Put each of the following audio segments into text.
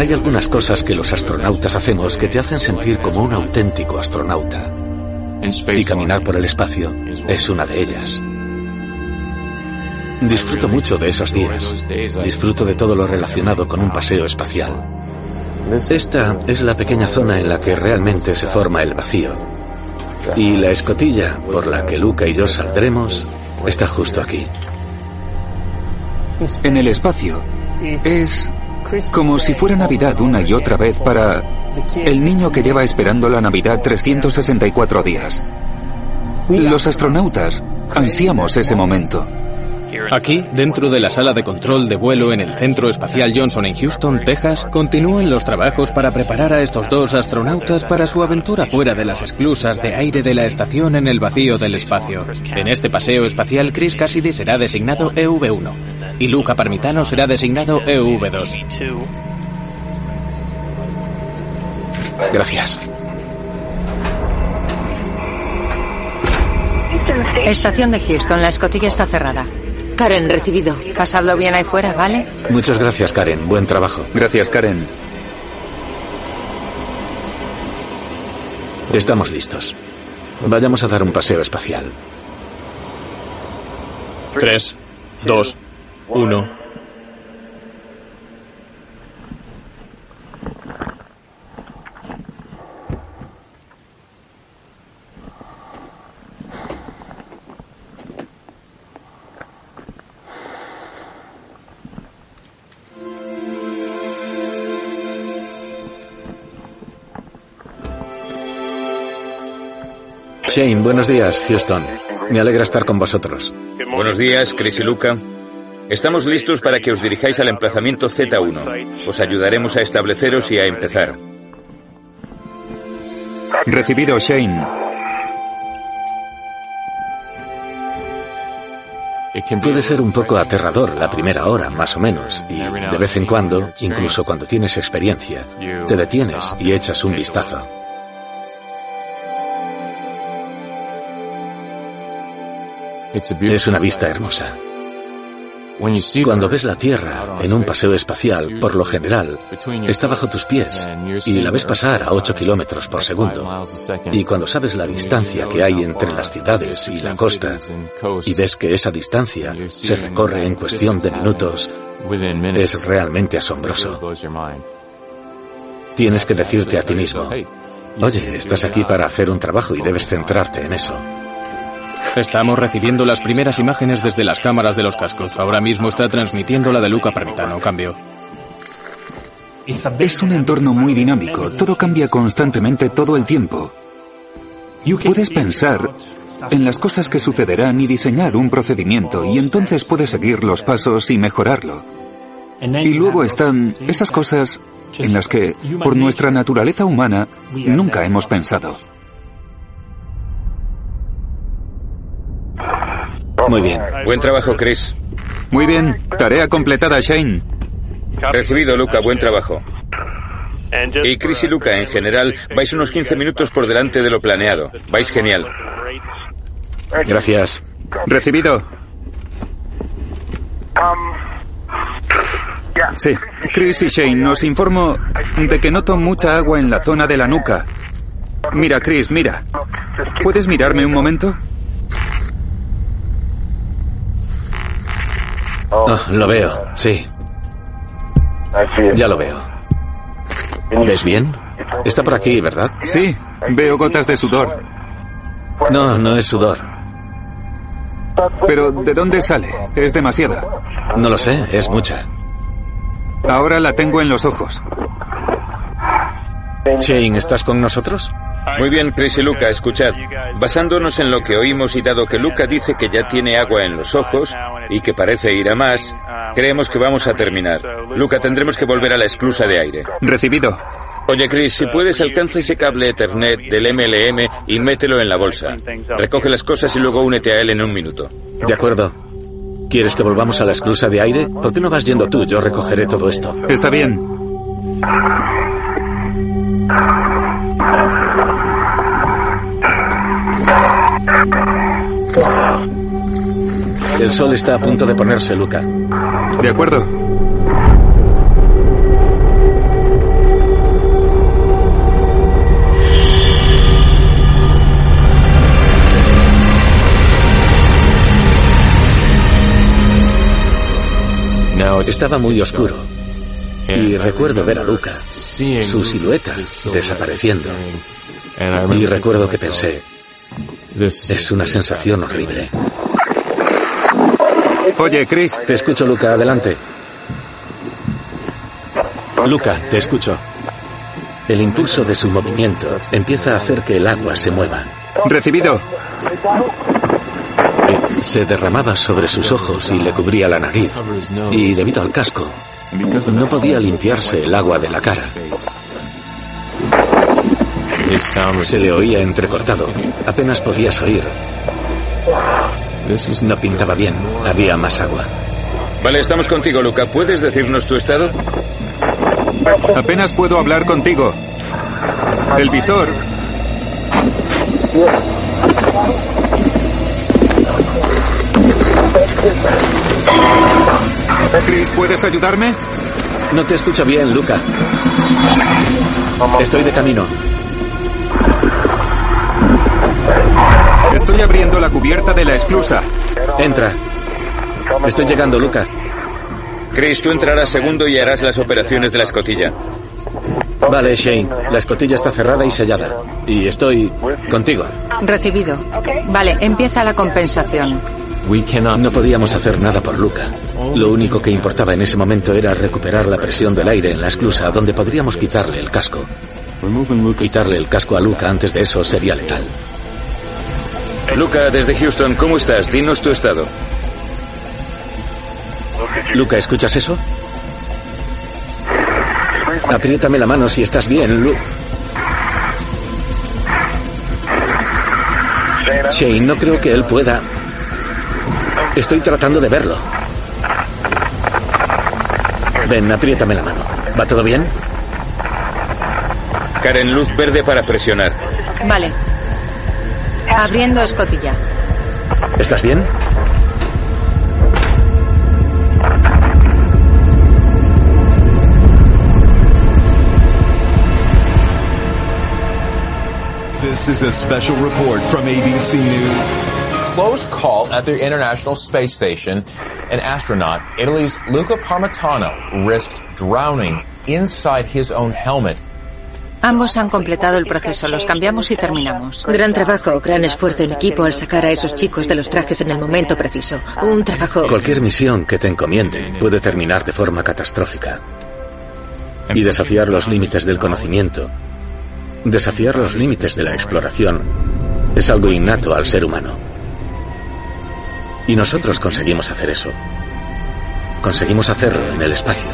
Hay algunas cosas que los astronautas hacemos que te hacen sentir como un auténtico astronauta. Y caminar por el espacio es una de ellas. Disfruto mucho de esos días. Disfruto de todo lo relacionado con un paseo espacial. Esta es la pequeña zona en la que realmente se forma el vacío. Y la escotilla por la que Luca y yo saldremos está justo aquí. En el espacio es como si fuera Navidad una y otra vez para el niño que lleva esperando la Navidad 364 días. Los astronautas ansiamos ese momento. Aquí, dentro de la sala de control de vuelo en el Centro Espacial Johnson en Houston, Texas, continúan los trabajos para preparar a estos dos astronautas para su aventura fuera de las esclusas de aire de la estación en el vacío del espacio. En este paseo espacial, Chris Cassidy será designado EV1 y Luca Parmitano será designado EV2. Gracias. Estación de Houston, la escotilla está cerrada. Karen, recibido. Pasadlo bien ahí fuera, ¿vale? Muchas gracias, Karen. Buen trabajo. Gracias, Karen. Estamos listos. Vayamos a dar un paseo espacial. 3, 2, 1... Shane, buenos días, Houston. Me alegra estar con vosotros. Buenos días, Chris y Luca. Estamos listos para que os dirijáis al emplazamiento Z1. Os ayudaremos a estableceros y a empezar. Recibido, Shane. Puede ser un poco aterrador la primera hora, más o menos, y de vez en cuando, incluso cuando tienes experiencia, te detienes y echas un vistazo. Es una vista hermosa. Cuando ves la Tierra en un paseo espacial, por lo general, está bajo tus pies y la ves pasar a 8 kilómetros por segundo. Y cuando sabes la distancia que hay entre las ciudades y la costa, y ves que esa distancia se recorre en cuestión de minutos, es realmente asombroso. Tienes que decirte a ti mismo, oye, estás aquí para hacer un trabajo y debes centrarte en eso. Estamos recibiendo las primeras imágenes desde las cámaras de los cascos. Ahora mismo está transmitiendo la de Luca Parmitano. Cambio. Es un entorno muy dinámico. Todo cambia constantemente todo el tiempo. Puedes pensar en las cosas que sucederán y diseñar un procedimiento y entonces puedes seguir los pasos y mejorarlo. Y luego están esas cosas en las que, por nuestra naturaleza humana, nunca hemos pensado. Muy bien. Buen trabajo, Chris. Muy bien. Tarea completada, Shane. Recibido, Luca. Buen trabajo. Y Chris y Luca, en general, vais unos 15 minutos por delante de lo planeado. Vais genial. Gracias. Recibido. Sí. Chris y Shane, os informo de que noto mucha agua en la zona de la nuca. Mira, Chris, mira. ¿Puedes mirarme un momento? Oh, lo veo, sí. Ya lo veo. ¿Ves bien? Está por aquí, ¿verdad? Sí, veo gotas de sudor. No, no es sudor. ¿Pero de dónde sale? Es demasiada. No lo sé, es mucha. Ahora la tengo en los ojos. Shane, ¿estás con nosotros? Muy bien, Chris y Luca, escuchad. Basándonos en lo que oímos y dado que Luca dice que ya tiene agua en los ojos y que parece ir a más, creemos que vamos a terminar. Luca, tendremos que volver a la esclusa de aire. Recibido. Oye, Chris, si puedes, alcanza ese cable Ethernet del MLM y mételo en la bolsa. Recoge las cosas y luego únete a él en un minuto. De acuerdo. ¿Quieres que volvamos a la esclusa de aire? ¿Por qué no vas yendo tú? Yo recogeré todo esto. Está bien. El sol está a punto de ponerse, Luca. De acuerdo. Estaba muy oscuro. Y recuerdo ver a Luca, su silueta, desapareciendo. Y recuerdo que pensé, es una sensación horrible. Oye, Chris. Te escucho, Luca, adelante. Luca, te escucho. El impulso de su movimiento empieza a hacer que el agua se mueva. Recibido. Se derramaba sobre sus ojos y le cubría la nariz. Y debido al casco, no podía limpiarse el agua de la cara. Se le oía entrecortado. Apenas podías oír. No pintaba bien. Había más agua. Vale, estamos contigo, Luca. ¿Puedes decirnos tu estado? Apenas puedo hablar contigo. El visor... Chris, ¿puedes ayudarme? No te escucho bien, Luca. Estoy de camino. Estoy abriendo la cubierta de la esclusa. Entra. Estoy llegando, Luca. Chris, tú entrarás segundo y harás las operaciones de la escotilla. Vale, Shane. La escotilla está cerrada y sellada. Y estoy contigo. Recibido. Vale, empieza la compensación. No podíamos hacer nada por Luca. Lo único que importaba en ese momento era recuperar la presión del aire en la esclusa, donde podríamos quitarle el casco. Quitarle el casco a Luca antes de eso sería letal. Luca, desde Houston, ¿cómo estás? Dinos tu estado. Luca, ¿escuchas eso? Apriétame la mano si estás bien, Shane, no creo que él pueda. Estoy tratando de verlo. Ven, apriétame la mano. ¿Va todo bien? Karen, luz verde para presionar. Vale. Abriendo escotilla. ¿Estás bien? This is a special report from ABC News. Close call at the International Space Station. An astronaut, Italy's Luca Parmitano, risked drowning inside his own helmet. Ambos han completado el proceso. Los cambiamos y terminamos. Gran trabajo, gran esfuerzo en equipo al sacar a esos chicos de los trajes en el momento preciso. Un trabajo... Cualquier misión que te encomiende puede terminar de forma catastrófica. Y desafiar los límites del conocimiento, desafiar los límites de la exploración, es algo innato al ser humano. Y nosotros conseguimos hacer eso. Conseguimos hacerlo en el espacio.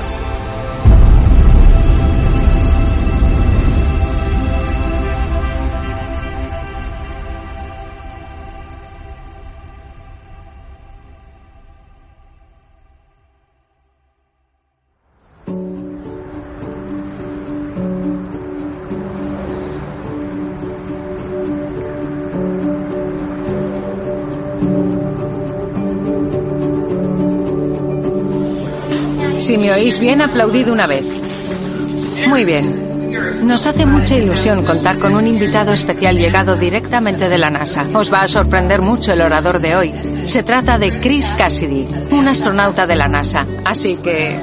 Si me oís bien, aplaudid una vez. Muy bien. Nos hace mucha ilusión contar con un invitado especial llegado directamente de la NASA. Os va a sorprender mucho el orador de hoy. Se trata de Chris Cassidy, un astronauta de la NASA. Así que...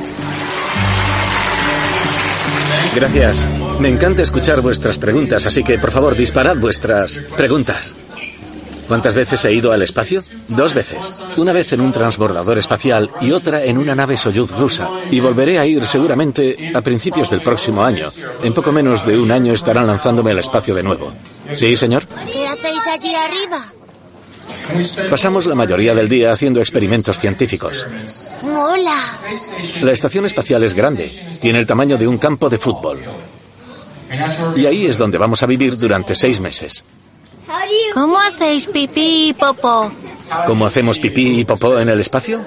Gracias. Me encanta escuchar vuestras preguntas, así que por favor disparad vuestras preguntas. ¿Cuántas veces he ido al espacio? 2 veces. Una vez en un transbordador espacial y otra en una nave Soyuz rusa. Y volveré a ir seguramente a principios del próximo año. En poco menos de un año estarán lanzándome al espacio de nuevo. ¿Sí, señor? ¿Qué hacéis allí arriba? Pasamos la mayoría del día haciendo experimentos científicos. ¡Mola! La estación espacial es grande. Tiene el tamaño de un campo de fútbol. Y ahí es donde vamos a vivir durante 6 meses. ¿Cómo hacéis pipí y popó? ¿Cómo hacemos pipí y popó en el espacio?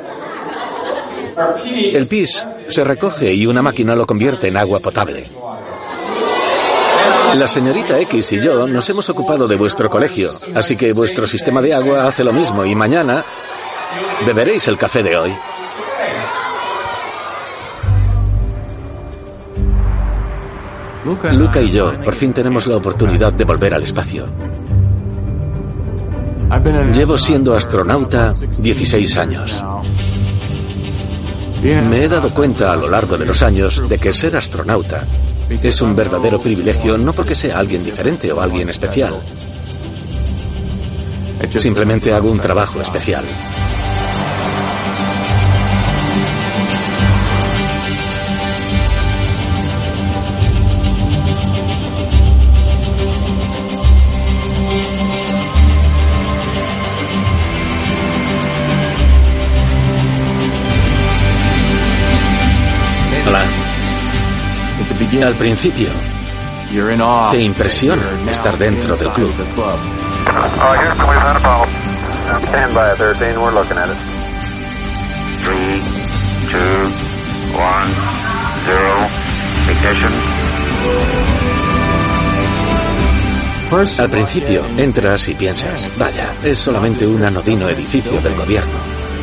El pis se recoge y una máquina lo convierte en agua potable. La señorita X y yo nos hemos ocupado de vuestro colegio, así que vuestro sistema de agua hace lo mismo y mañana beberéis el café de hoy. Luca y yo por fin tenemos la oportunidad de volver al espacio. Llevo siendo astronauta 16 años. Me he dado cuenta a lo largo de los años de que ser astronauta es un verdadero privilegio, no porque sea alguien diferente o alguien especial. Simplemente hago un trabajo especial. Al principio, te impresiona estar dentro del club. Houston, we've had a problem. Stand by 13, we're looking at it. 3, 2, 1, 0, ignition. Al principio, entras y piensas, vaya, es solamente un anodino edificio del gobierno.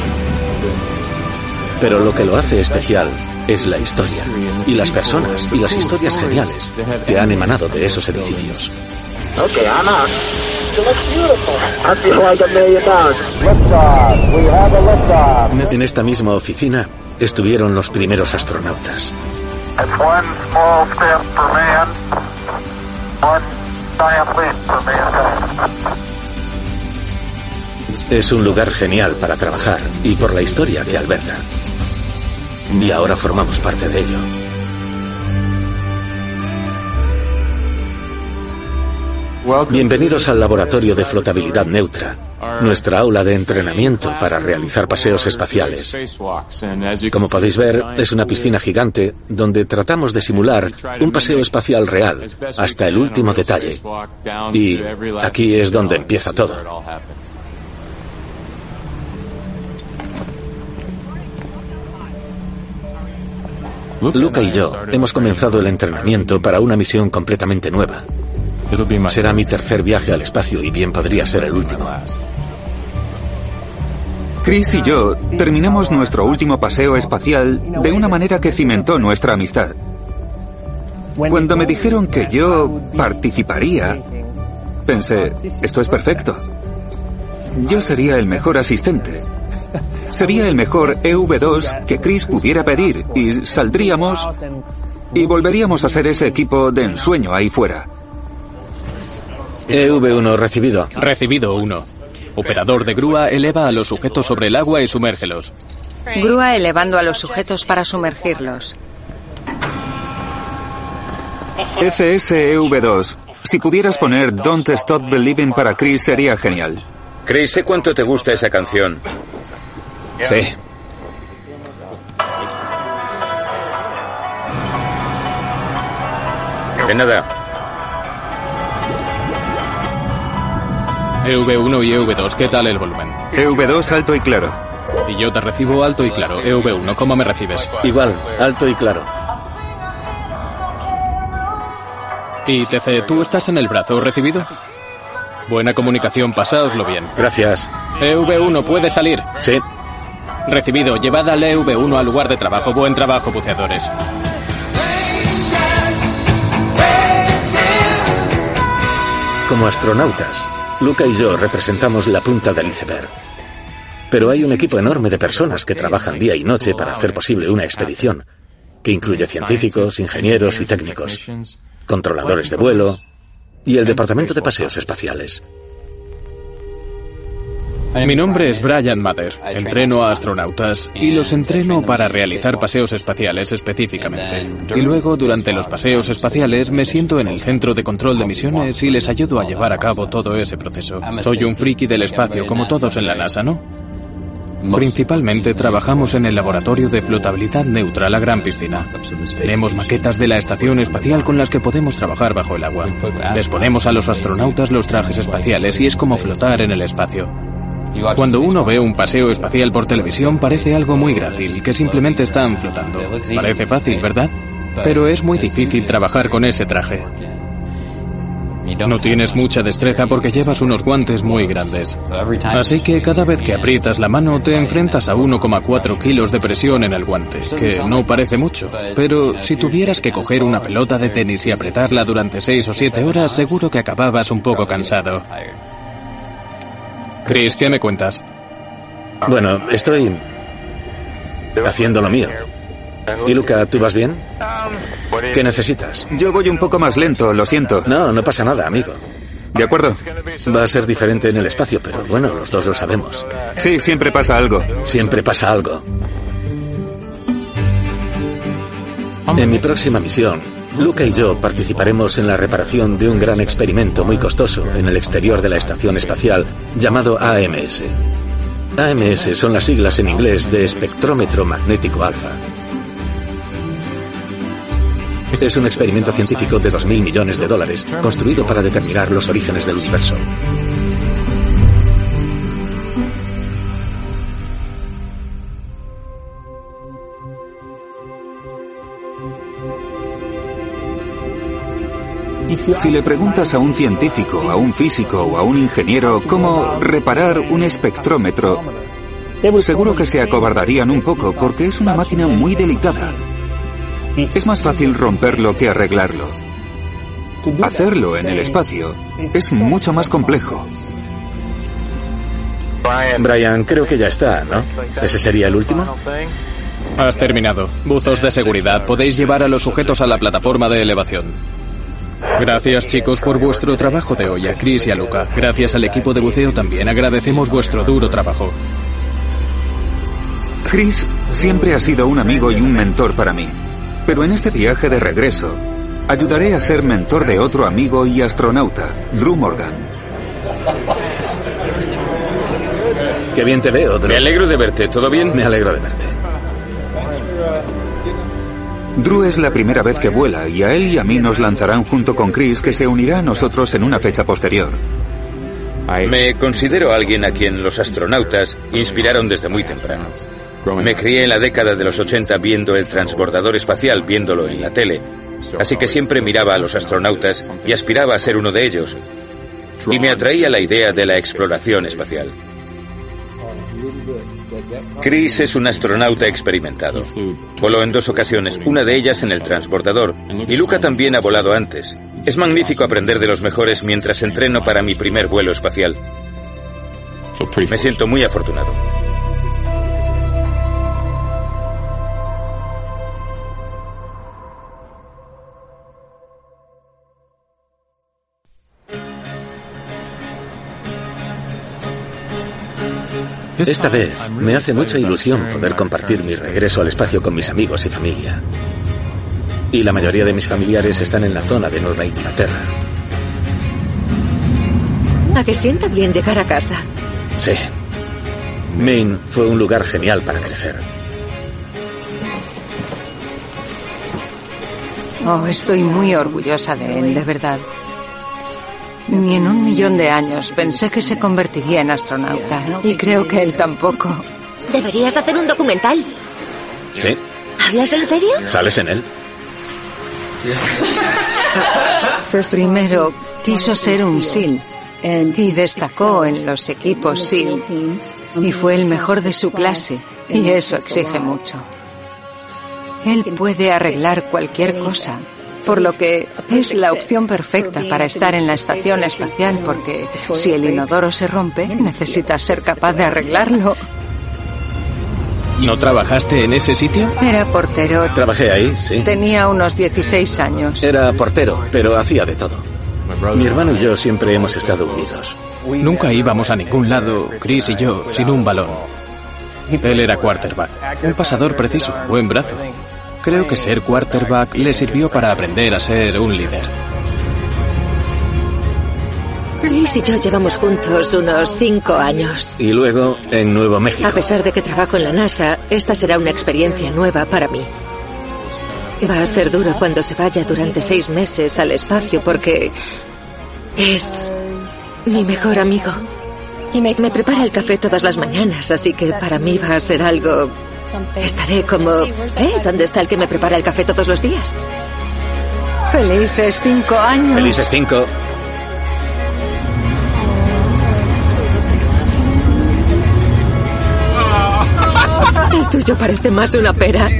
Pero lo que lo hace especial es la historia, y las personas, y las historias geniales que han emanado de esos edificios. Okay, I'm out. It looks beautiful. I feel like $1 million. Liftoff. We have a liftoff. En esta misma oficina estuvieron los primeros astronautas. It's one small step for man, one giant leap for mankind. Es un lugar genial para trabajar y por la historia que alberga. Y ahora formamos parte de ello. Bienvenidos al laboratorio de flotabilidad neutra, nuestra aula de entrenamiento para realizar paseos espaciales. Como podéis ver, es una piscina gigante donde tratamos de simular un paseo espacial real hasta el último detalle. Y aquí es donde empieza todo. Luca y yo hemos comenzado el entrenamiento para una misión completamente nueva. Será mi tercer viaje al espacio y bien podría ser el último. Chris y yo terminamos nuestro último paseo espacial de una manera que cimentó nuestra amistad. Cuando me dijeron que yo participaría, pensé, esto es perfecto. Yo sería el mejor asistente. Sería el mejor EV2 que Chris pudiera pedir y saldríamos y volveríamos a ser ese equipo de ensueño ahí fuera. EV1 recibido. Recibido 1. Operador de grúa eleva a los sujetos sobre el agua y sumérgelos. Grúa elevando a los sujetos para sumergirlos. FSEV2. Si pudieras poner Don't Stop Believing para Chris sería genial. Chris, sé cuánto te gusta esa canción. Sí. De nada. EV1 y EV2, ¿qué tal el volumen? EV2 alto y claro. Y yo te recibo alto y claro. EV1, ¿cómo me recibes? Igual, alto y claro. Y TC, ¿tú estás en el brazo recibido? Buena comunicación, pasáoslo bien. Gracias. EV1, ¿puede salir? Sí. Recibido, llevad al EV1 al lugar de trabajo. Buen trabajo, buceadores. Como astronautas, Luca y yo representamos la punta del iceberg. Pero hay un equipo enorme de personas que trabajan día y noche para hacer posible una expedición, que incluye científicos, ingenieros y técnicos, controladores de vuelo y el Departamento de Paseos Espaciales. Mi nombre es Brian Mather. Entreno a astronautas y los entreno para realizar paseos espaciales específicamente. Y luego, durante los paseos espaciales, me siento en el centro de control de misiones y les ayudo a llevar a cabo todo ese proceso. Soy un friki del espacio, como todos en la NASA, ¿no? Principalmente trabajamos en el laboratorio de flotabilidad neutra, la gran piscina. Tenemos maquetas de la estación espacial con las que podemos trabajar bajo el agua. Les ponemos a los astronautas los trajes espaciales y es como flotar en el espacio. Cuando uno ve un paseo espacial por televisión parece algo muy grácil, que simplemente están flotando. Parece fácil, ¿verdad? Pero es muy difícil trabajar con ese traje. No tienes mucha destreza porque llevas unos guantes muy grandes. Así que cada vez que aprietas la mano te enfrentas a 1,4 kilos de presión en el guante, que no parece mucho. Pero si tuvieras que coger una pelota de tenis y apretarla durante 6 o 7 horas, seguro que acababas un poco cansado. Chris, ¿qué me cuentas? Bueno, estoy haciendo lo mío. ¿Y Luca, tú vas bien? ¿Qué necesitas? Yo voy un poco más lento, lo siento. No pasa nada, amigo. ¿De acuerdo? Va a ser diferente en el espacio, pero bueno, los dos lo sabemos. Sí, siempre pasa algo. Siempre pasa algo. En mi próxima misión, Luca y yo participaremos en la reparación de un gran experimento muy costoso en el exterior de la estación espacial llamado AMS. AMS son las siglas en inglés de espectrómetro magnético alfa. Es un experimento científico de $2.000 millones, construido para determinar los orígenes del universo. Si le preguntas a un científico, a un físico o a un ingeniero cómo reparar un espectrómetro, seguro que se acobardarían un poco porque es una máquina muy delicada. Es más fácil romperlo que arreglarlo. Hacerlo en el espacio es mucho más complejo. Brian, creo que ya está, ¿no? ¿Ese sería el último? Has terminado. Buzos de seguridad. Podéis llevar a los sujetos a la plataforma de elevación. Gracias, chicos, por vuestro trabajo de hoy, a Chris y a Luca. Gracias al equipo de buceo también. Agradecemos vuestro duro trabajo. Chris siempre ha sido un amigo y un mentor para mí. Pero en este viaje de regreso, ayudaré a ser mentor de otro amigo y astronauta, Drew Morgan. Qué bien te veo, Drew. Me alegro de verte. ¿Todo bien? Me alegro de verte. Drew es la primera vez que vuela y a él y a mí nos lanzarán junto con Chris, que se unirá a nosotros en una fecha posterior. Me considero alguien a quien los astronautas inspiraron desde muy temprano. Me crié en la década de los 80 viendo el transbordador espacial, viéndolo en la tele. Así que siempre miraba a los astronautas y aspiraba a ser uno de ellos. Y me atraía la idea de la exploración espacial. Chris es un astronauta experimentado. Voló en 2 ocasiones, una de ellas en el transbordador. Y Luca también ha volado antes. Es magnífico aprender de los mejores mientras entreno para mi primer vuelo espacial. Me siento muy afortunado. Esta vez me hace mucha ilusión poder compartir mi regreso al espacio con mis amigos y familia. Y la mayoría de mis familiares están en la zona de Nueva Inglaterra. ¿A que sienta bien llegar a casa? Sí. Maine fue un lugar genial para crecer. Oh, estoy muy orgullosa de él, de verdad. Ni en 1.000.000 de años pensé que se convertiría en astronauta. Y creo que él tampoco. Deberías hacer un documental. ¿Sí? ¿Hablas en serio? ¿Sales en él? Primero quiso ser un SEAL y destacó en los equipos SEAL y fue el mejor de su clase, y eso exige mucho. Él puede arreglar cualquier cosa, por lo que es la opción perfecta para estar en la estación espacial, porque si el inodoro se rompe, necesitas ser capaz de arreglarlo. ¿No trabajaste en ese sitio? Era portero. Trabajé ahí, sí. Tenía unos 16 años. Era portero, pero hacía de todo. Mi hermano y yo siempre hemos estado unidos. Nunca íbamos a ningún lado, Chris y yo, sin un balón. Él era quarterback, un pasador preciso, buen brazo. Creo que ser quarterback le sirvió para aprender a ser un líder. Chris y yo llevamos juntos unos 5 años. Y luego en Nuevo México. A pesar de que trabajo en la NASA, esta será una experiencia nueva para mí. Va a ser duro cuando se vaya durante 6 meses al espacio porque es mi mejor amigo. Me prepara el café todas las mañanas, así que para mí va a ser algo... Estaré como... ¿Dónde está el que me prepara el café todos los días? ¡Felices 5 años! ¡Felices 5! El tuyo parece más una pera.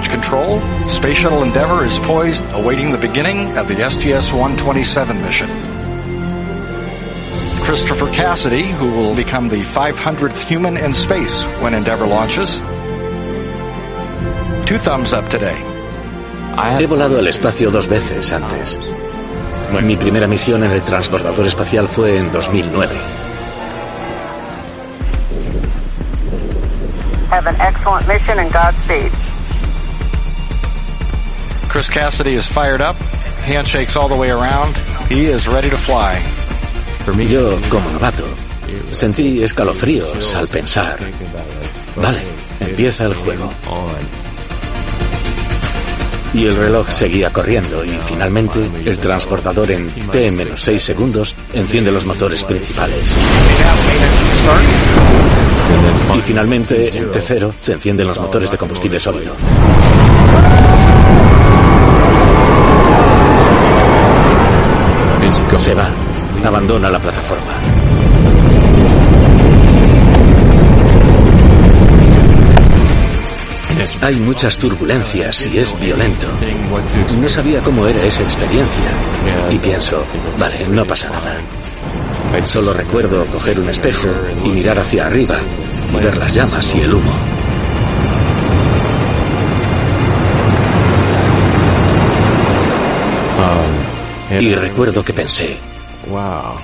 Launch Control, Space Shuttle Endeavour is poised, awaiting the beginning of the STS-127 mission. Christopher Cassidy, who will become the 500th human in space when Endeavour launches. 2 thumbs up today. He volado al espacio 2 veces antes. Mi primera misión en el transbordador espacial fue en 2009. Have an excellent mission and Godspeed. Chris Cassidy is fired up. Handshakes all the way around. He is ready to fly. Yo, como novato, sentí escalofríos al pensar, vale, empieza el juego. Y el reloj seguía corriendo y finalmente el transbordador en T-6 segundos enciende los motores principales. Y finalmente en T0 se encienden los motores de combustible sólido. Se va, abandona la plataforma. Hay muchas turbulencias y es violento. No sabía cómo era esa experiencia. Y pienso, vale, no pasa nada. Solo recuerdo coger un espejo y mirar hacia arriba y ver las llamas y el humo. Y recuerdo que pensé, wow.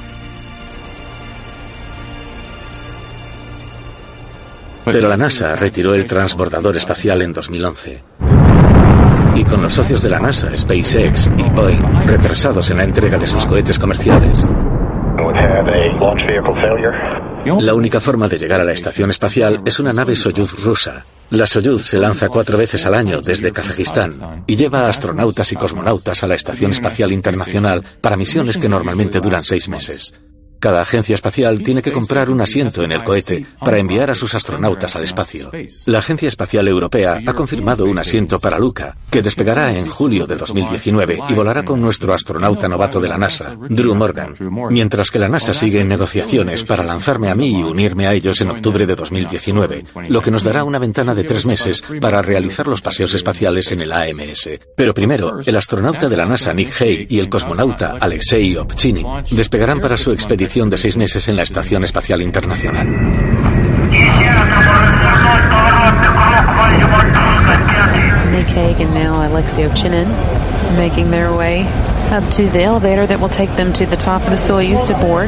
Pero la NASA retiró el transbordador espacial en 2011. Y con los socios de la NASA, SpaceX y Boeing, retrasados en la entrega de sus cohetes comerciales. La única forma de llegar a la estación espacial es una nave Soyuz rusa. La Soyuz se lanza 4 veces al año desde Kazajistán y lleva a astronautas y cosmonautas a la Estación Espacial Internacional para misiones que normalmente duran 6 meses. Cada agencia espacial tiene que comprar un asiento en el cohete para enviar a sus astronautas al espacio. La Agencia Espacial Europea ha confirmado un asiento para Luca, que despegará en julio de 2019 y volará con nuestro astronauta novato de la NASA, Drew Morgan, mientras que la NASA sigue en negociaciones para lanzarme a mí y unirme a ellos en octubre de 2019, lo que nos dará una ventana de 3 meses para realizar los paseos espaciales en el AMS. Pero primero, el astronauta de la NASA Nick Hague y el cosmonauta Alexei Ovchinin despegarán para su expedición de 6 meses en la Estación Espacial Internacional. Nick Hague and now Alexei Ovchinin making their way up to the elevator that will take them to the top of the Soyuz to board.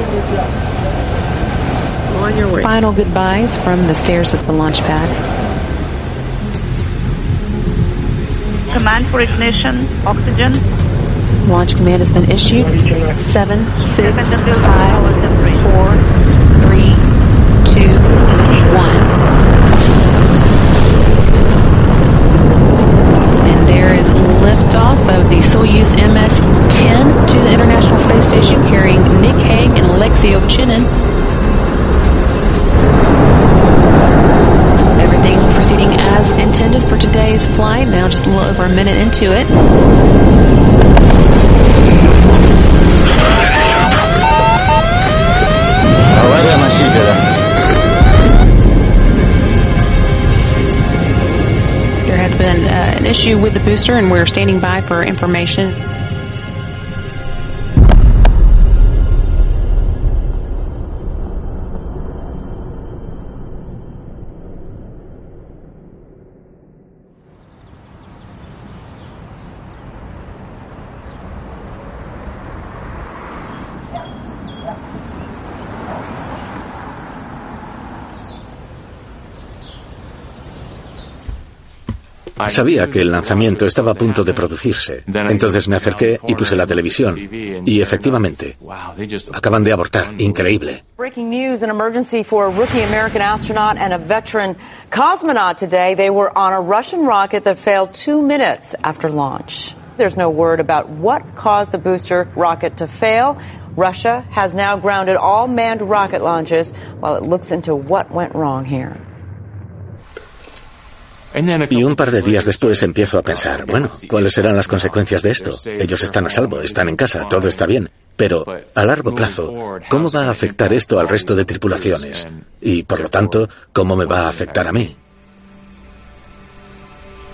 On your way. Final goodbyes from the stairs of the launch pad. Command for ignition, oxygen. Launch command has been issued. 7, 6, 5, 4, 3, 2, 1. And there is liftoff of the Soyuz MS-10 to the International Space Station carrying Nick Hague and Alexei Ovchinin. Everything proceeding as intended for today's flight. Now just a little over a minute into it. There has been an issue with the booster and we're standing by for information. Sabía que el lanzamiento estaba a punto de producirse. Entonces me acerqué y puse la televisión. Y efectivamente, acaban de abortar. Increíble. Breaking news, an emergency for a rookie American astronaut and a veteran cosmonaut today. They were on a Russian rocket that failed 2 minutes after launch. There's no word about what caused the booster rocket to fail. Russia has now grounded all manned rocket launches while it looks into what went wrong here. Y un par de días después empiezo a pensar, bueno, ¿cuáles serán las consecuencias de esto? Ellos están a salvo, están en casa, todo está bien. Pero, a largo plazo, ¿cómo va a afectar esto al resto de tripulaciones? Y, por lo tanto, ¿cómo me va a afectar a mí?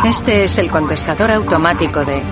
Este es el contestador automático de...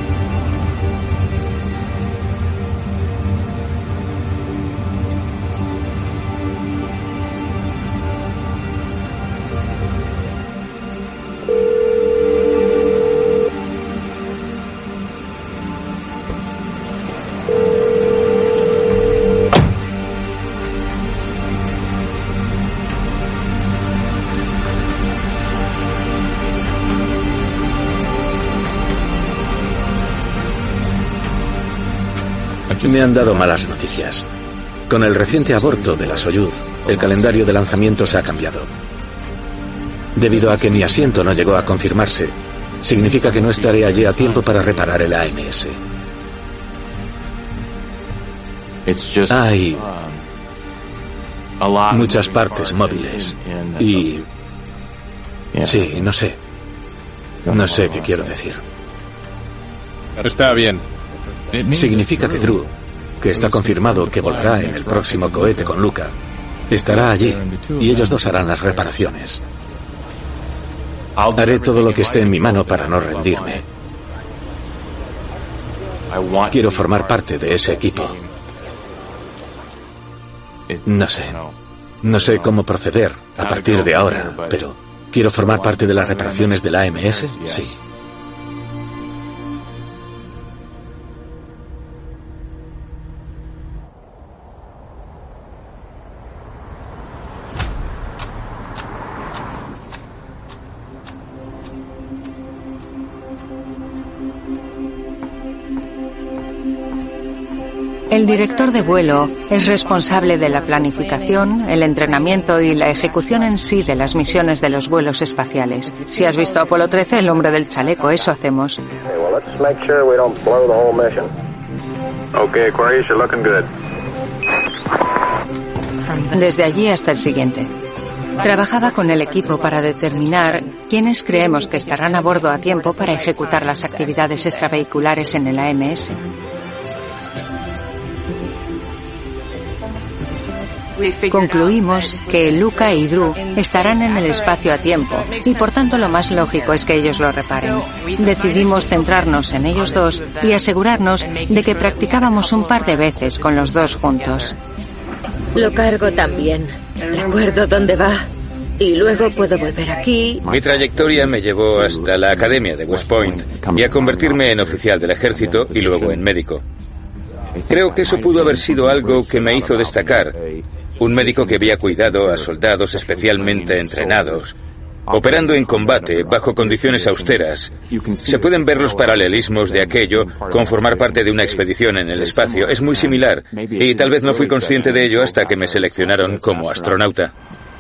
Me han dado malas noticias. Con el reciente aborto de la Soyuz, el calendario de lanzamiento se ha cambiado. Debido a que mi asiento no llegó a confirmarse, significa que no estaré allí a tiempo para reparar el AMS. Hay muchas partes móviles y... sí, no sé. No sé qué quiero decir. Está bien. Significa que Drew, que está confirmado que volará en el próximo cohete con Luca, estará allí y ellos dos harán las reparaciones. Haré todo lo que esté en mi mano para no rendirme. Quiero formar parte de ese equipo. No sé cómo proceder a partir de ahora, pero quiero formar parte de las reparaciones del AMS, sí. El director de vuelo es responsable de la planificación, el entrenamiento y la ejecución en sí de las misiones de los vuelos espaciales. Si has visto Apolo 13, el hombre del chaleco, eso hacemos. Desde allí hasta el siguiente. Trabajaba con el equipo para determinar quiénes creemos que estarán a bordo a tiempo para ejecutar las actividades extravehiculares en el AMS. Concluimos que Luca y Drew estarán en el espacio a tiempo y por tanto lo más lógico es que ellos lo reparen. Decidimos centrarnos en ellos dos y asegurarnos de que practicábamos un par de veces con los dos juntos. Lo cargo también. Recuerdo dónde va y luego puedo volver aquí. Mi trayectoria me llevó hasta la Academia de West Point y a convertirme en oficial del ejército y luego en médico. Creo que eso pudo haber sido algo que me hizo destacar. Un médico que había cuidado a soldados especialmente entrenados, operando en combate bajo condiciones austeras. Se pueden ver los paralelismos de aquello con formar parte de una expedición en el espacio. Es muy similar, y tal vez no fui consciente de ello hasta que me seleccionaron como astronauta.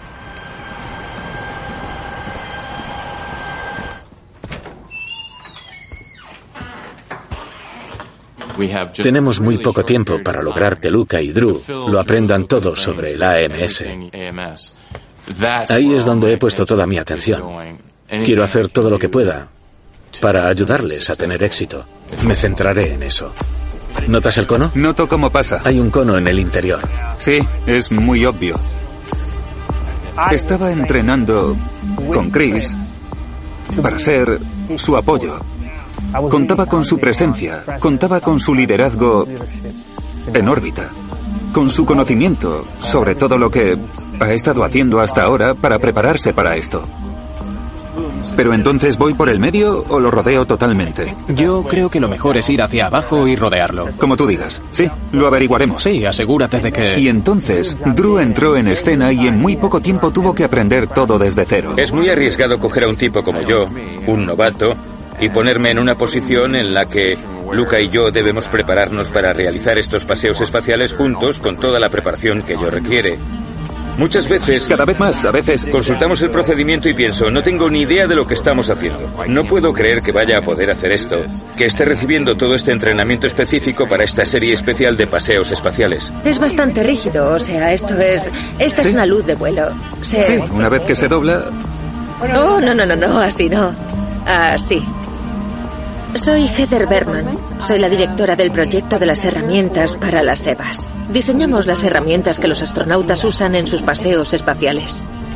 Tenemos muy poco tiempo para lograr que Luca y Drew lo aprendan todo sobre el AMS. Ahí es donde he puesto toda mi atención. Quiero hacer todo lo que pueda para ayudarles a tener éxito. Me centraré en eso. ¿Notas el cono? Noto cómo pasa. Hay un cono en el interior. Sí, es muy obvio. Estaba entrenando con Chris para ser su apoyo. Contaba con su presencia, contaba con su liderazgo en órbita, con su conocimiento sobre todo lo que ha estado haciendo hasta ahora para prepararse para esto. ¿Pero entonces voy por el medio o lo rodeo totalmente? Yo creo que lo mejor es ir hacia abajo y rodearlo. Como tú digas. Sí, lo averiguaremos. Sí, asegúrate de que... Y entonces, Drew entró en escena y en muy poco tiempo tuvo que aprender todo desde cero. Es muy arriesgado coger a un tipo como yo, un novato, y ponerme en una posición en la que Luca y yo debemos prepararnos para realizar estos paseos espaciales juntos con toda la preparación que ello requiere. Muchas veces... Cada vez más, a veces... Consultamos el procedimiento y pienso, no tengo ni idea de lo que estamos haciendo. No puedo creer que vaya a poder hacer esto, que esté recibiendo todo este entrenamiento específico para esta serie especial de paseos espaciales. Es bastante rígido, o sea, esta es una luz de vuelo. Sí, una vez que se dobla... Oh, no, así no. Así. Soy Heather Berman. Soy la directora del proyecto de las herramientas para las EVAs. Diseñamos las herramientas que los astronautas usan en sus paseos espaciales.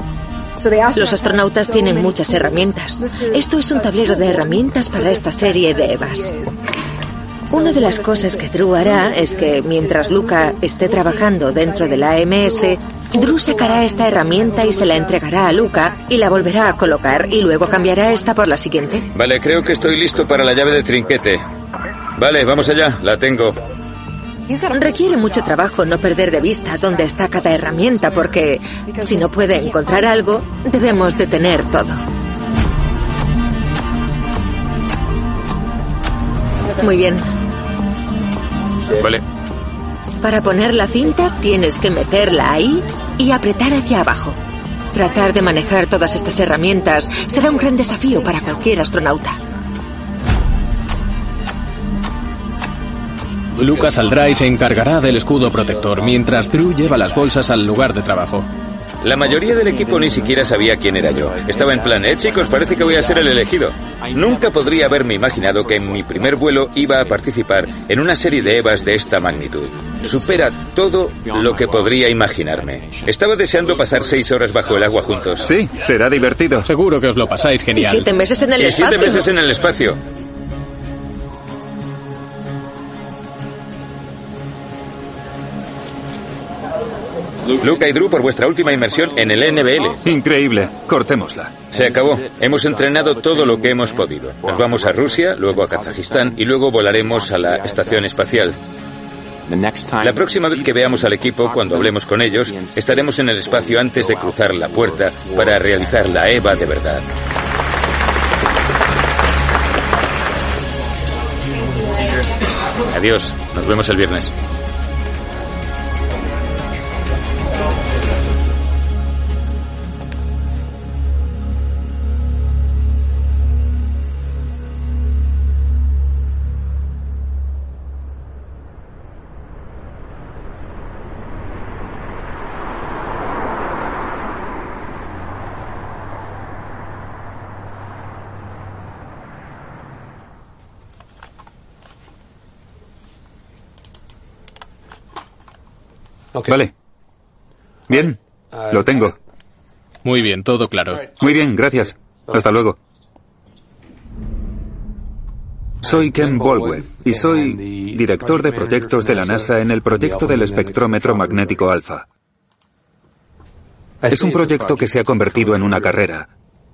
Los astronautas tienen muchas herramientas. Esto es un tablero de herramientas para esta serie de EVAs. Una de las cosas que Drew hará es que, mientras Luca esté trabajando dentro de la AMS, Drew sacará esta herramienta y se la entregará a Luca y la volverá a colocar y luego cambiará esta por la siguiente. Vale, creo que estoy listo para la llave de trinquete. Vale, vamos allá, la tengo. Requiere mucho trabajo no perder de vista dónde está cada herramienta porque, si no puede encontrar algo, debemos detener todo. Muy bien. Vale. Para poner la cinta tienes que meterla ahí y apretar hacia abajo. Tratar de manejar todas estas herramientas será un gran desafío para cualquier astronauta. Luca saldrá y se encargará del escudo protector, mientras Drew lleva las bolsas al lugar de trabajo. La mayoría del equipo ni siquiera sabía quién era yo. Estaba en plan, chicos, parece que voy a ser el elegido. Nunca podría haberme imaginado que en mi primer vuelo iba a participar en una serie de EVAs de esta magnitud. Supera todo lo que podría imaginarme. Estaba deseando pasar 6 horas bajo el agua juntos. Sí, será divertido. Seguro que os lo pasáis genial. Y 7 meses en el espacio. 7 meses en el espacio. Luca y Drew por vuestra última inmersión en el NBL. Increíble. Cortémosla. Se acabó. Hemos entrenado todo lo que hemos podido. Nos vamos a Rusia, luego a Kazajistán y luego volaremos a la estación espacial. La próxima vez que veamos al equipo, cuando hablemos con ellos, estaremos en el espacio antes de cruzar la puerta para realizar la EVA de verdad. Adiós. Nos vemos el viernes. Vale. Bien, lo tengo. Muy bien, todo claro. Muy bien, gracias. Hasta luego. Soy Ken Bolwell y soy director de proyectos de la NASA en el proyecto del espectrómetro magnético alfa. Es un proyecto que se ha convertido en una carrera.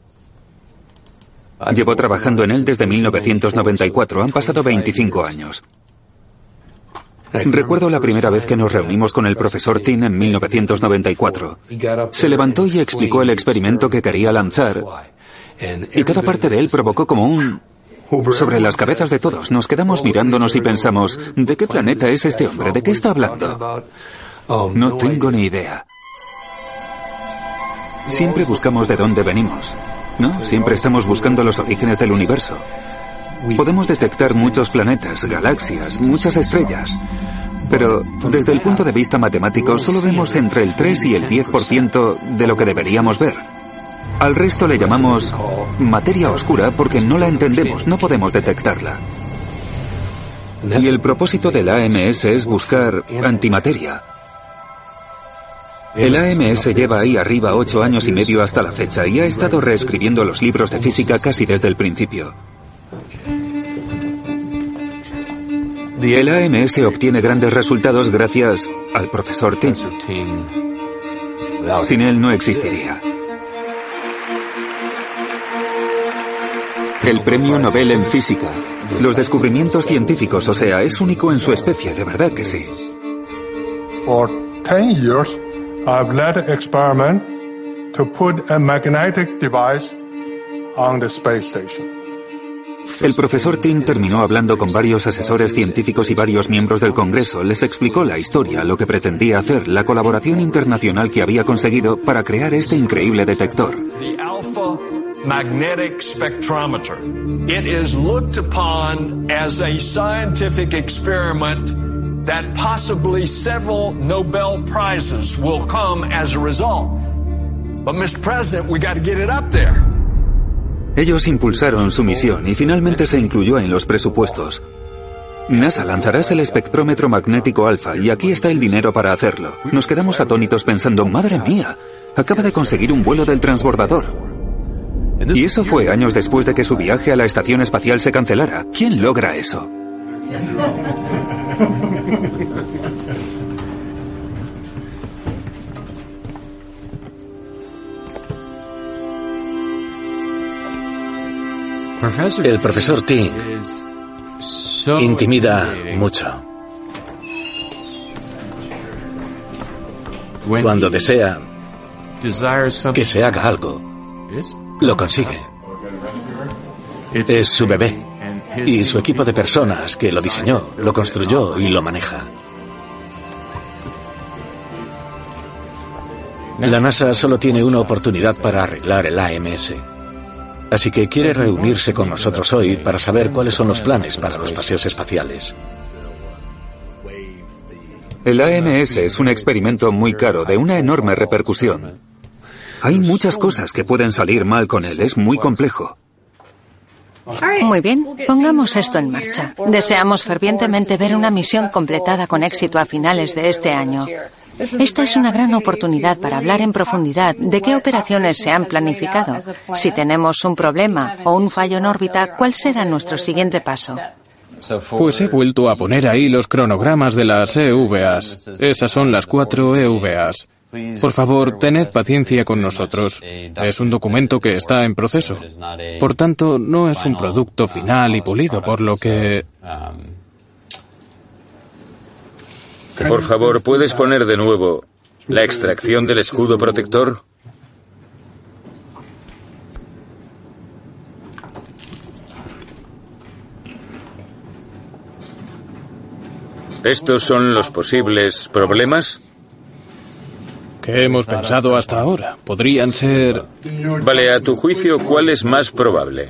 Llevo trabajando en él desde 1994. Han pasado 25 años. Recuerdo la primera vez que nos reunimos con el profesor Tin en 1994. Se levantó y explicó el experimento que quería lanzar, y cada parte de él provocó como un... Sobre las cabezas de todos nos quedamos mirándonos y pensamos, ¿de qué planeta es este hombre? ¿De qué está hablando? No tengo ni idea. Siempre buscamos de dónde venimos, ¿no? Siempre estamos buscando los orígenes del universo. Podemos detectar muchos planetas, galaxias, muchas estrellas, pero desde el punto de vista matemático solo vemos entre el 3 y el 10% de lo que deberíamos ver. Al resto le llamamos materia oscura porque no la entendemos, no podemos detectarla. Y el propósito de la AMS es buscar antimateria. El AMS lleva ahí arriba 8 años y medio hasta la fecha y ha estado reescribiendo los libros de física casi desde el principio. El AMS obtiene grandes resultados gracias al profesor Tin. Sin él no existiría. El premio Nobel en física, los descubrimientos científicos, o sea, es único en su especie, de verdad que sí. For 10 years, I've led an experiment to put a magnetic device on the space station. El profesor Tin terminó hablando con varios asesores científicos y varios miembros del Congreso. Les explicó la historia, lo que pretendía hacer, la colaboración internacional que había conseguido para crear este increíble detector. The Alpha Magnetic Spectrometer. It is looked upon as a scientific experiment that possibly several Nobel Prizes will come as a result. But Mr. President, we got to get it up there. Ellos impulsaron su misión y finalmente se incluyó en los presupuestos. NASA lanzarás el espectrómetro magnético alfa y aquí está el dinero para hacerlo. Nos quedamos atónitos pensando, madre mía, acaba de conseguir un vuelo del transbordador. Y eso fue años después de que su viaje a la estación espacial se cancelara. ¿Quién logra eso? El profesor Ting intimida mucho. Cuando desea que se haga algo, lo consigue. Es su bebé y su equipo de personas que lo diseñó, lo construyó y lo maneja. La NASA solo tiene una oportunidad para arreglar el AMS. Así que quiere reunirse con nosotros hoy para saber cuáles son los planes para los paseos espaciales. El AMS es un experimento muy caro, de una enorme repercusión. Hay muchas cosas que pueden salir mal con él, es muy complejo. Muy bien, pongamos esto en marcha. Deseamos fervientemente ver una misión completada con éxito a finales de este año. Esta es una gran oportunidad para hablar en profundidad de qué operaciones se han planificado. Si tenemos un problema o un fallo en órbita, ¿cuál será nuestro siguiente paso? Pues he vuelto a poner ahí los cronogramas de las EVAs. Esas son las 4 EVAs. Por favor, tened paciencia con nosotros. Es un documento que está en proceso. Por tanto, no es un producto final y pulido, por lo que... Por favor, ¿puedes poner de nuevo la extracción del escudo protector? ¿Estos son los posibles problemas? ¿Qué hemos pensado hasta ahora? Podrían ser... Vale, a tu juicio, ¿cuál es más probable?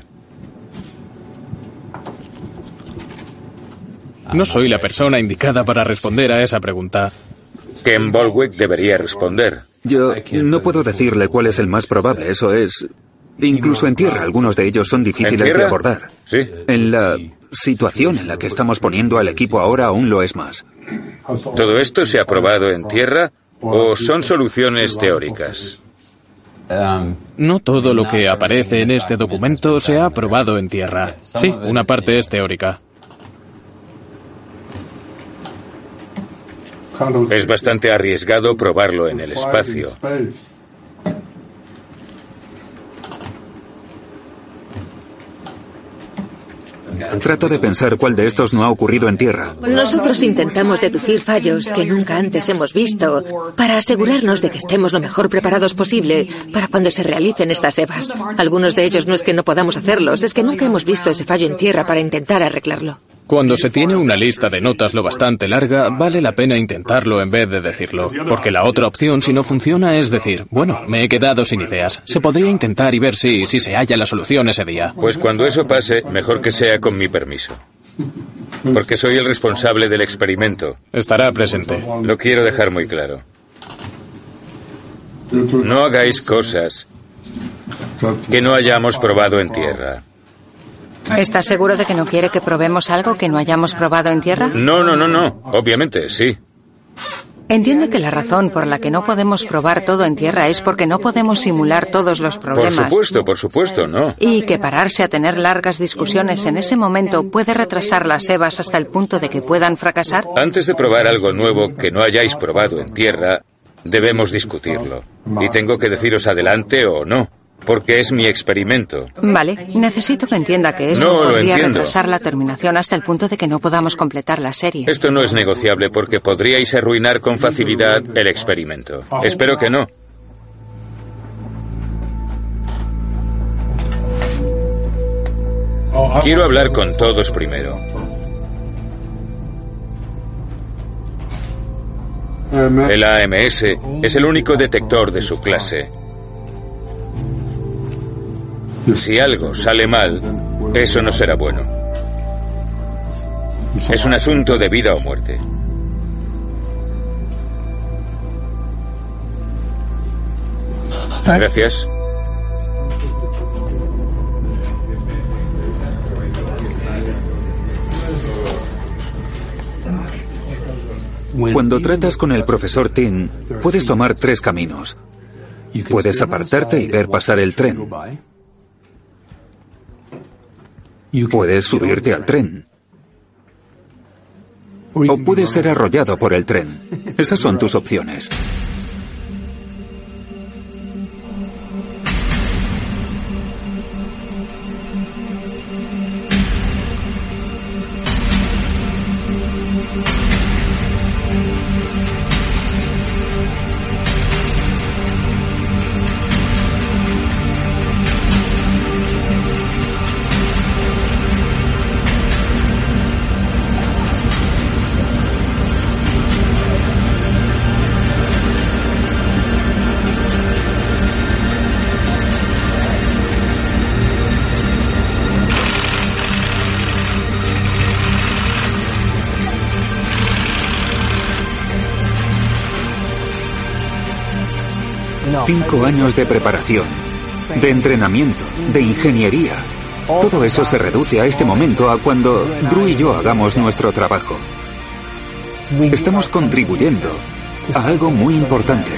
No soy la persona indicada para responder a esa pregunta. Ken Bolwick debería responder. Yo no puedo decirle cuál es el más probable, eso es... Incluso en tierra, algunos de ellos son difíciles de abordar. Sí. En la situación en la que estamos poniendo al equipo ahora aún lo es más. ¿Todo esto se ha probado en tierra o son soluciones teóricas? No todo lo que aparece en este documento se ha probado en tierra. Sí, una parte es teórica. Es bastante arriesgado probarlo en el espacio. Trato de pensar cuál de estos no ha ocurrido en tierra. Nosotros intentamos deducir fallos que nunca antes hemos visto para asegurarnos de que estemos lo mejor preparados posible para cuando se realicen estas EVAs. Algunos de ellos no es que no podamos hacerlos, es que nunca hemos visto ese fallo en tierra para intentar arreglarlo. Cuando se tiene una lista de notas lo bastante larga, vale la pena intentarlo en vez de decirlo. Porque la otra opción, si no funciona, es decir, bueno, me he quedado sin ideas. Se podría intentar y ver si se halla la solución ese día. Pues cuando eso pase, mejor que sea con mi permiso. Porque soy el responsable del experimento. Estará presente. Lo quiero dejar muy claro. No hagáis cosas que no hayamos probado en tierra. ¿Estás seguro de que no quiere que probemos algo que no hayamos probado en tierra? No. Obviamente, sí. Entiende que la razón por la que no podemos probar todo en tierra es porque no podemos simular todos los problemas. Por supuesto, no. Y que pararse a tener largas discusiones en ese momento puede retrasar las EVAs hasta el punto de que puedan fracasar. Antes de probar algo nuevo que no hayáis probado en tierra, debemos discutirlo. Y tengo que deciros adelante o no. Porque es mi experimento. Vale, necesito que entienda que eso podría retrasar la terminación hasta el punto de que no podamos completar la serie. Esto no es negociable porque podríais arruinar con facilidad el experimento. Espero que no. Quiero hablar con todos primero. El AMS es el único detector de su clase. Si algo sale mal, eso no será bueno. Es un asunto de vida o muerte. Gracias. Cuando tratas con el profesor Ting, puedes tomar 3 caminos. Puedes apartarte y ver pasar el tren. Puedes subirte al tren. O puedes ser arrollado por el tren. Esas son tus opciones. Cinco años de preparación, de entrenamiento, de ingeniería. Todo eso se reduce a este momento, a cuando Drew y yo hagamos nuestro trabajo. Estamos contribuyendo a algo muy importante.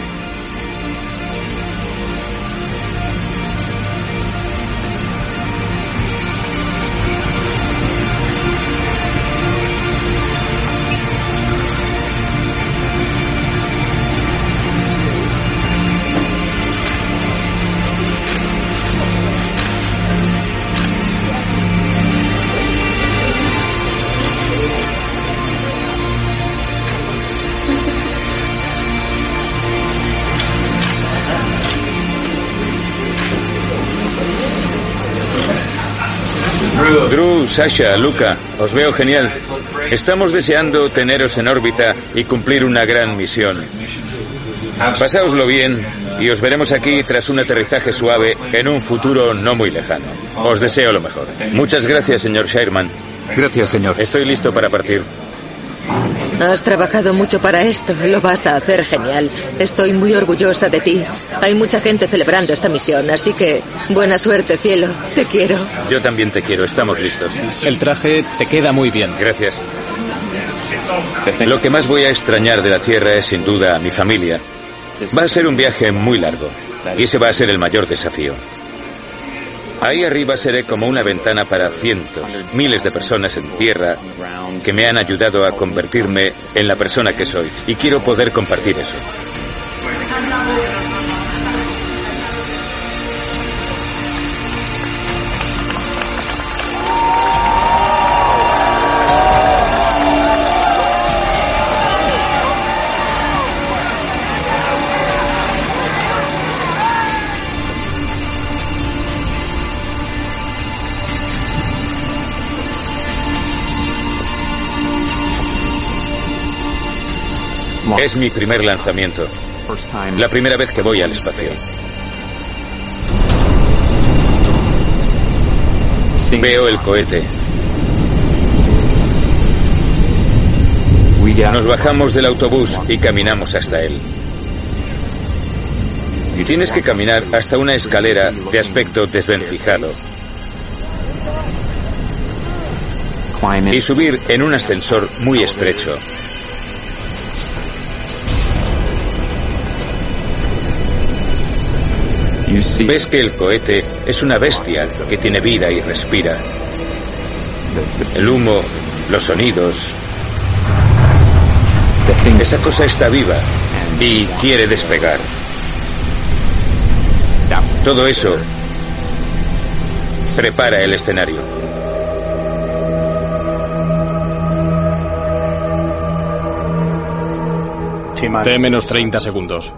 Drew, Sasha, Luca, os veo genial. Estamos deseando teneros en órbita y cumplir una gran misión. Pasáoslo bien y os veremos aquí tras un aterrizaje suave en un futuro no muy lejano. Os deseo lo mejor. Muchas gracias, señor Sherman. Gracias, señor. Estoy listo para partir. Has trabajado mucho para esto, lo vas a hacer genial. Estoy muy orgullosa de ti. Hay mucha gente celebrando esta misión, así que buena suerte, cielo. Te quiero. Yo también te quiero, estamos listos. El traje te queda muy bien. Gracias. Lo que más voy a extrañar de la Tierra es sin duda a mi familia. Va a ser un viaje muy largo y ese va a ser el mayor desafío. Ahí arriba seré como una ventana para cientos, miles de personas en tierra que me han ayudado a convertirme en la persona que soy. Y quiero poder compartir eso. Es mi primer lanzamiento. La primera vez que voy al espacio. Veo el cohete. Nos bajamos del autobús y caminamos hasta él. Tienes que caminar hasta una escalera de aspecto desvencijado y subir en un ascensor muy estrecho. Ves que el cohete es una bestia que tiene vida y respira. El humo, los sonidos. Esa cosa está viva y quiere despegar. Todo eso prepara el escenario. T-menos 30 segundos.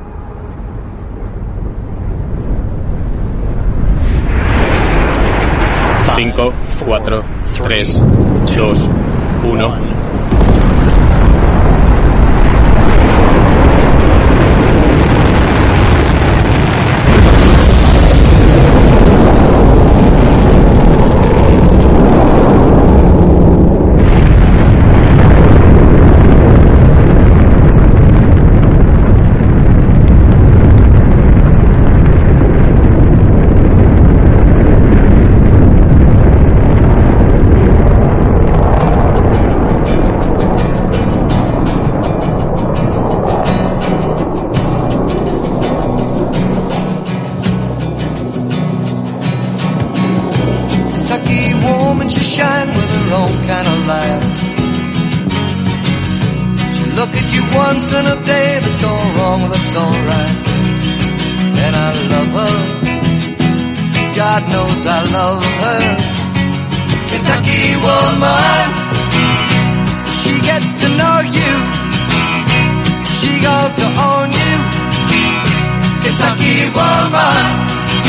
5, 4, 3, 2, 1. once in a day that's all wrong, that's all right. And I love her, God knows I love her. Kentucky woman, she get to know you, she got to own you. Kentucky woman,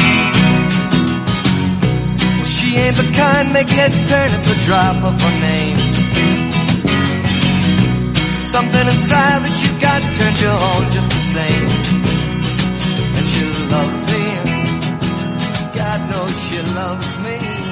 well, she ain't the kind make heads turn at the drop of her name. Something inside that she's got turns you on just the same. And she loves me, God knows she loves me.